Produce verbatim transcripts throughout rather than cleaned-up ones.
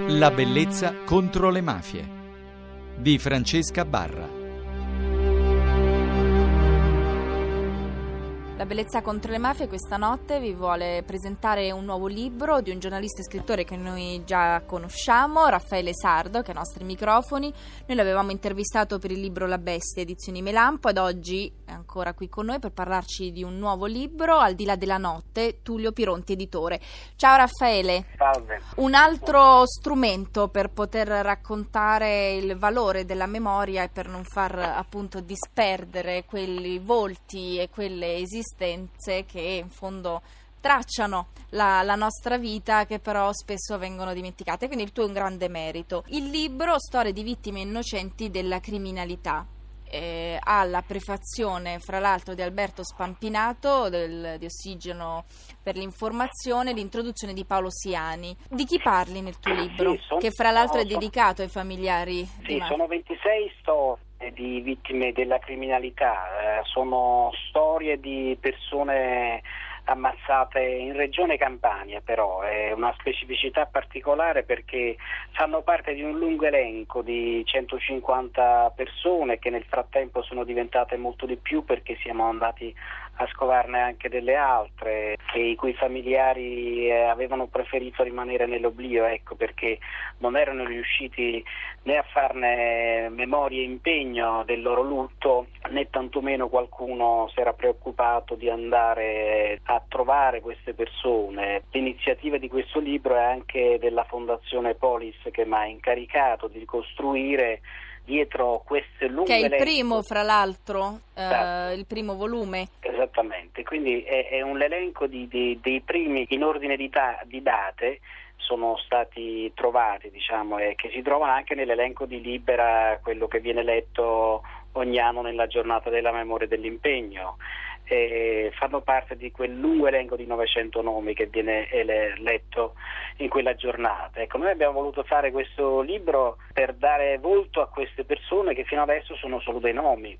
La bellezza contro le mafie di Francesca Barra. La bellezza contro le mafie questa notte vi vuole presentare un nuovo libro di un giornalista e scrittore che noi già conosciamo, Raffaele Sardo, che è ai nostri microfoni. Noi l'avevamo intervistato per il libro La Bestia, edizioni Melampo, ed oggi è ancora qui con noi per parlarci di un nuovo libro, Al di là della notte, Tullio Pironti editore. Ciao Raffaele. Salve. Un altro strumento per poter raccontare il valore della memoria e per non far appunto disperdere quei volti e quelle esistenze che in fondo tracciano la, la nostra vita, che però spesso vengono dimenticate. Quindi il tuo è un grande merito. Il libro Storie di vittime innocenti della criminalità eh, ha la prefazione fra l'altro di Alberto Spampinato del, di Ossigeno per l'informazione, l'introduzione di Paolo Siani. Di chi parli nel tuo libro? Sì, sono, che fra l'altro no, è dedicato ai familiari. Sì, sono ventisei storie di vittime della criminalità, eh, sono storie di persone ammazzate in regione Campania, però è una specificità particolare perché fanno parte di un lungo elenco di centocinquanta persone che nel frattempo sono diventate molto di più, perché siamo andati a scovarne anche delle altre che i cui familiari eh, avevano preferito rimanere nell'oblio, ecco, perché non erano riusciti né a farne memoria e impegno del loro lutto, né tantomeno qualcuno si era preoccupato di andare a trovare queste persone. L'iniziativa di questo libro è anche della Fondazione Polis, che mi ha incaricato di ricostruire dietro queste lunghe che è il elenco. primo fra l'altro Esatto. eh, il primo volume. Esattamente, quindi è, è un elenco di, di, dei primi in ordine di, ta, di date sono stati trovati, diciamo, e che si trovano anche nell'elenco di Libera, quello che viene letto ogni anno nella giornata della memoria e dell'impegno. E fanno parte di quel lungo elenco di novecento nomi che viene letto in quella giornata. Ecco, noi abbiamo voluto fare questo libro per dare volto a queste persone che fino adesso sono solo dei nomi,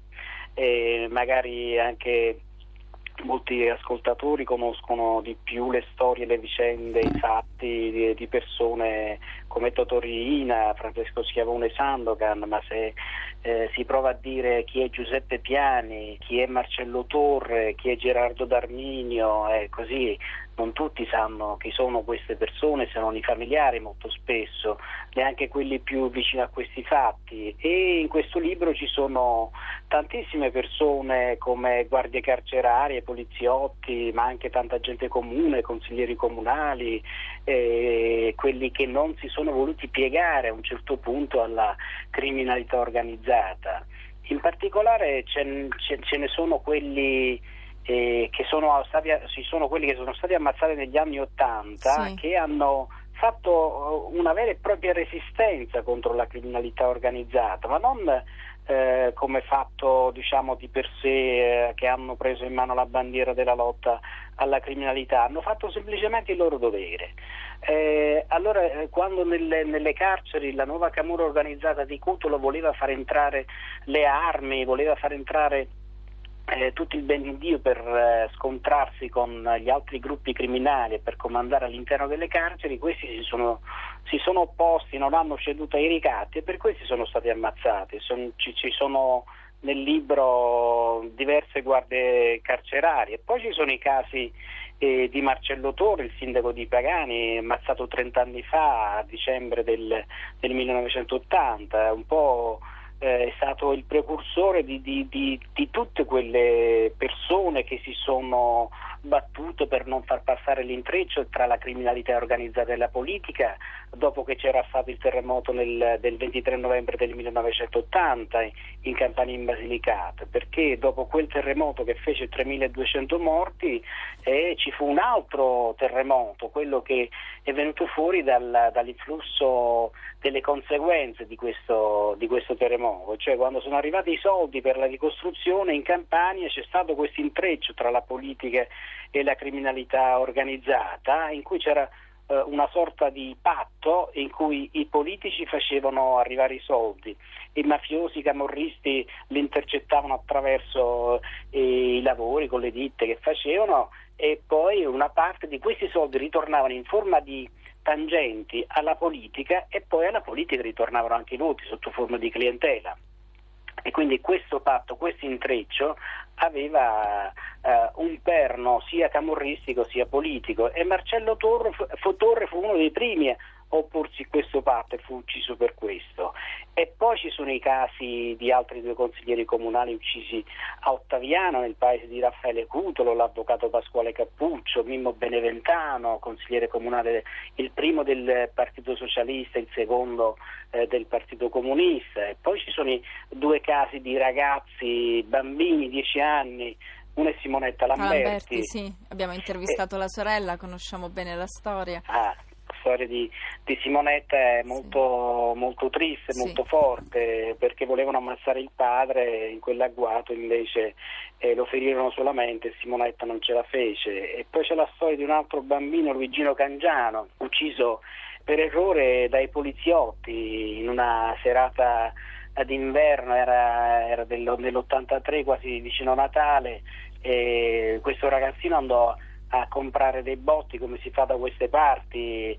e magari anche molti ascoltatori conoscono di più le storie, le vicende, i fatti di, di persone come Totò Riina, Francesco Schiavone Sandokan, ma se eh, si prova a dire chi è Giuseppe Piani, chi è Marcello Torre, chi è Gerardo D'Arminio, e eh, così non tutti sanno chi sono queste persone, se non i familiari molto spesso, neanche quelli più vicini a questi fatti. E in questo libro ci sono tantissime persone come guardie carcerarie, poliziotti, ma anche tanta gente comune, consiglieri comunali, eh, quelli che non si sono voluti piegare a un certo punto alla criminalità organizzata. In particolare ce, ce, ce ne sono quelli Eh, che sono stati, ci sono quelli che sono stati ammazzati negli anni Ottanta, sì, che hanno fatto una vera e propria resistenza contro la criminalità organizzata, ma non eh, come fatto, diciamo, di per sé, eh, che hanno preso in mano la bandiera della lotta alla criminalità, hanno fatto semplicemente il loro dovere. Eh, allora eh, quando nelle, nelle carceri la nuova camorra organizzata di Cutolo voleva far entrare le armi, voleva far entrare Eh, tutto il ben di Dio per eh, scontrarsi con gli altri gruppi criminali e per comandare all'interno delle carceri, questi si sono, si sono opposti, non hanno ceduto ai ricatti, e per questi sono stati ammazzati. Son, ci, ci sono nel libro diverse guardie carcerarie. Poi ci sono i casi eh, di Marcello Torre, il sindaco di Pagani, ammazzato trenta anni fa, a dicembre del, del millenovecentottanta, un po' è stato il precursore di, di, di, di tutte quelle persone che si sono battute per non far passare l'intreccio tra la criminalità organizzata e la politica, dopo che c'era stato il terremoto nel, del ventitré novembre del millenovecentottanta in Campania, in Basilicata, perché dopo quel terremoto che fece tremiladuecento morti eh, ci fu un altro terremoto, quello che è venuto fuori dal, dall'influsso delle conseguenze di questo, di questo terremoto, cioè quando sono arrivati i soldi per la ricostruzione in Campania c'è stato questo intreccio tra la politica e la criminalità organizzata, in cui c'era eh, una sorta di patto in cui i politici facevano arrivare i soldi, i mafiosi, i camorristi li intercettavano attraverso eh, i lavori con le ditte che facevano, e poi una parte di questi soldi ritornavano in forma di tangenti alla politica, e poi alla politica ritornavano anche i voti sotto forma di clientela. E quindi questo patto, questo intreccio aveva eh, un perno sia camorristico sia politico, e Marcello Torre, fu, Torre fu uno dei primi a opporsi a questo patto e fu ucciso per questo. E poi ci sono i casi di altri due consiglieri comunali uccisi a Ottaviano, nel paese di Raffaele Cutolo, l'avvocato Pasquale Cappuccio, Mimmo Beneventano, consigliere comunale, il primo del Partito Socialista, il secondo eh, del Partito Comunista. E poi ci sono i due casi di ragazzi, bambini, dieci anni, uno è Simonetta Lamberti. Lamberti, sì, abbiamo intervistato eh. la sorella, conosciamo bene la storia. Ah. La storia di, di Simonetta è molto, sì. molto triste, sì. molto forte, perché volevano ammazzare il padre in quell'agguato, invece eh, lo ferirono solamente e Simonetta non ce la fece. E poi c'è la storia di un altro bambino, Luigino Cangiano, ucciso per errore dai poliziotti in una serata d'inverno, era, era dell'ottantatré, quasi vicino a Natale, e questo ragazzino andò a comprare dei botti, come si fa da queste parti,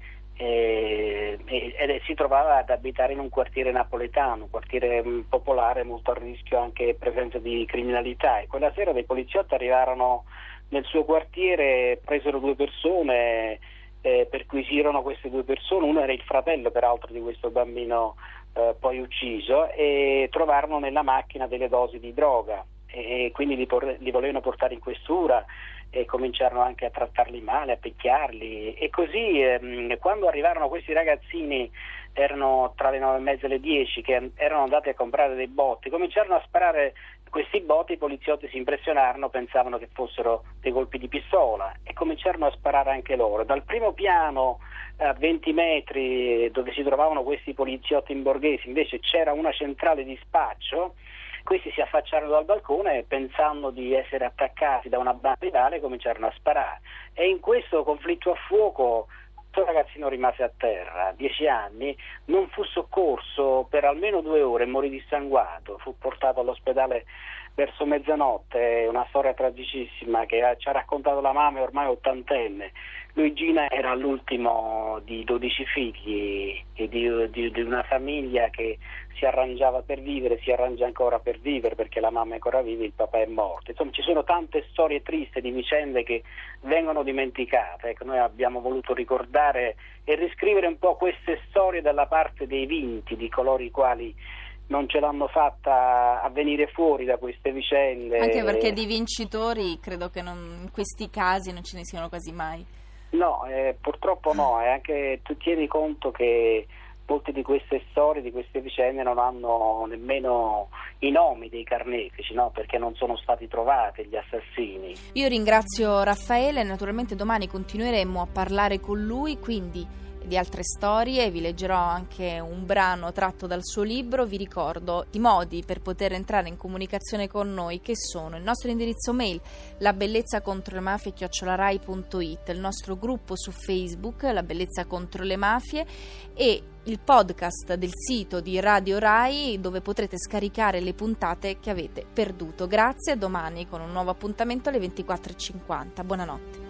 e, e, e si trovava ad abitare in un quartiere napoletano, un quartiere um, popolare, molto a rischio anche presenza di criminalità. E quella sera dei poliziotti arrivarono nel suo quartiere, presero due persone, eh, perquisirono queste due persone, uno era il fratello peraltro di questo bambino eh, poi ucciso, e trovarono nella macchina delle dosi di droga, e, e quindi li, por- li volevano portare in questura, e cominciarono anche a trattarli male, a picchiarli, e così ehm, quando arrivarono questi ragazzini, erano tra le nove e mezza e le dieci, che erano andati a comprare dei botti, cominciarono a sparare questi botti, i poliziotti si impressionarono, pensavano che fossero dei colpi di pistola e cominciarono a sparare anche loro. Dal primo piano a venti metri, dove si trovavano questi poliziotti in borghesi, invece c'era una centrale di spaccio. Questi si affacciarono dal balcone e, pensando di essere attaccati da una banda rivale, cominciarono a sparare, e in questo conflitto a fuoco il ragazzino rimase a terra, dieci anni, non fu soccorso per almeno due ore, morì dissanguato, fu portato all'ospedale verso mezzanotte. Una storia tragicissima che ci ha raccontato la mamma, ormai ottantenne. Luigina era l'ultimo di dodici figli e di, di, di una famiglia che si arrangiava per vivere, si arrangia ancora per vivere, perché la mamma è ancora viva e il papà è morto. Insomma, ci sono tante storie tristi di vicende che vengono dimenticate. Ecco, noi abbiamo voluto ricordare e riscrivere un po' queste storie dalla parte dei vinti, di coloro i quali non ce l'hanno fatta a venire fuori da queste vicende. Anche perché di vincitori credo che non, in questi casi non ce ne siano quasi mai. No, eh, purtroppo no, e anche tu tieni conto che molte di queste storie, di queste vicende non hanno nemmeno i nomi dei carnefici, no? Perché non sono stati trovati gli assassini. Io ringrazio Raffaele, naturalmente domani continueremo a parlare con lui, quindi di altre storie, vi leggerò anche un brano tratto dal suo libro. Vi ricordo i modi per poter entrare in comunicazione con noi, che sono il nostro indirizzo mail la bellezza contro le mafie chiocciola rai punto it, il nostro gruppo su Facebook La Bellezza contro le Mafie e il podcast del sito di Radio Rai, dove potrete scaricare le puntate che avete perduto. Grazie, a domani con un nuovo appuntamento alle ventiquattro e cinquanta. Buonanotte.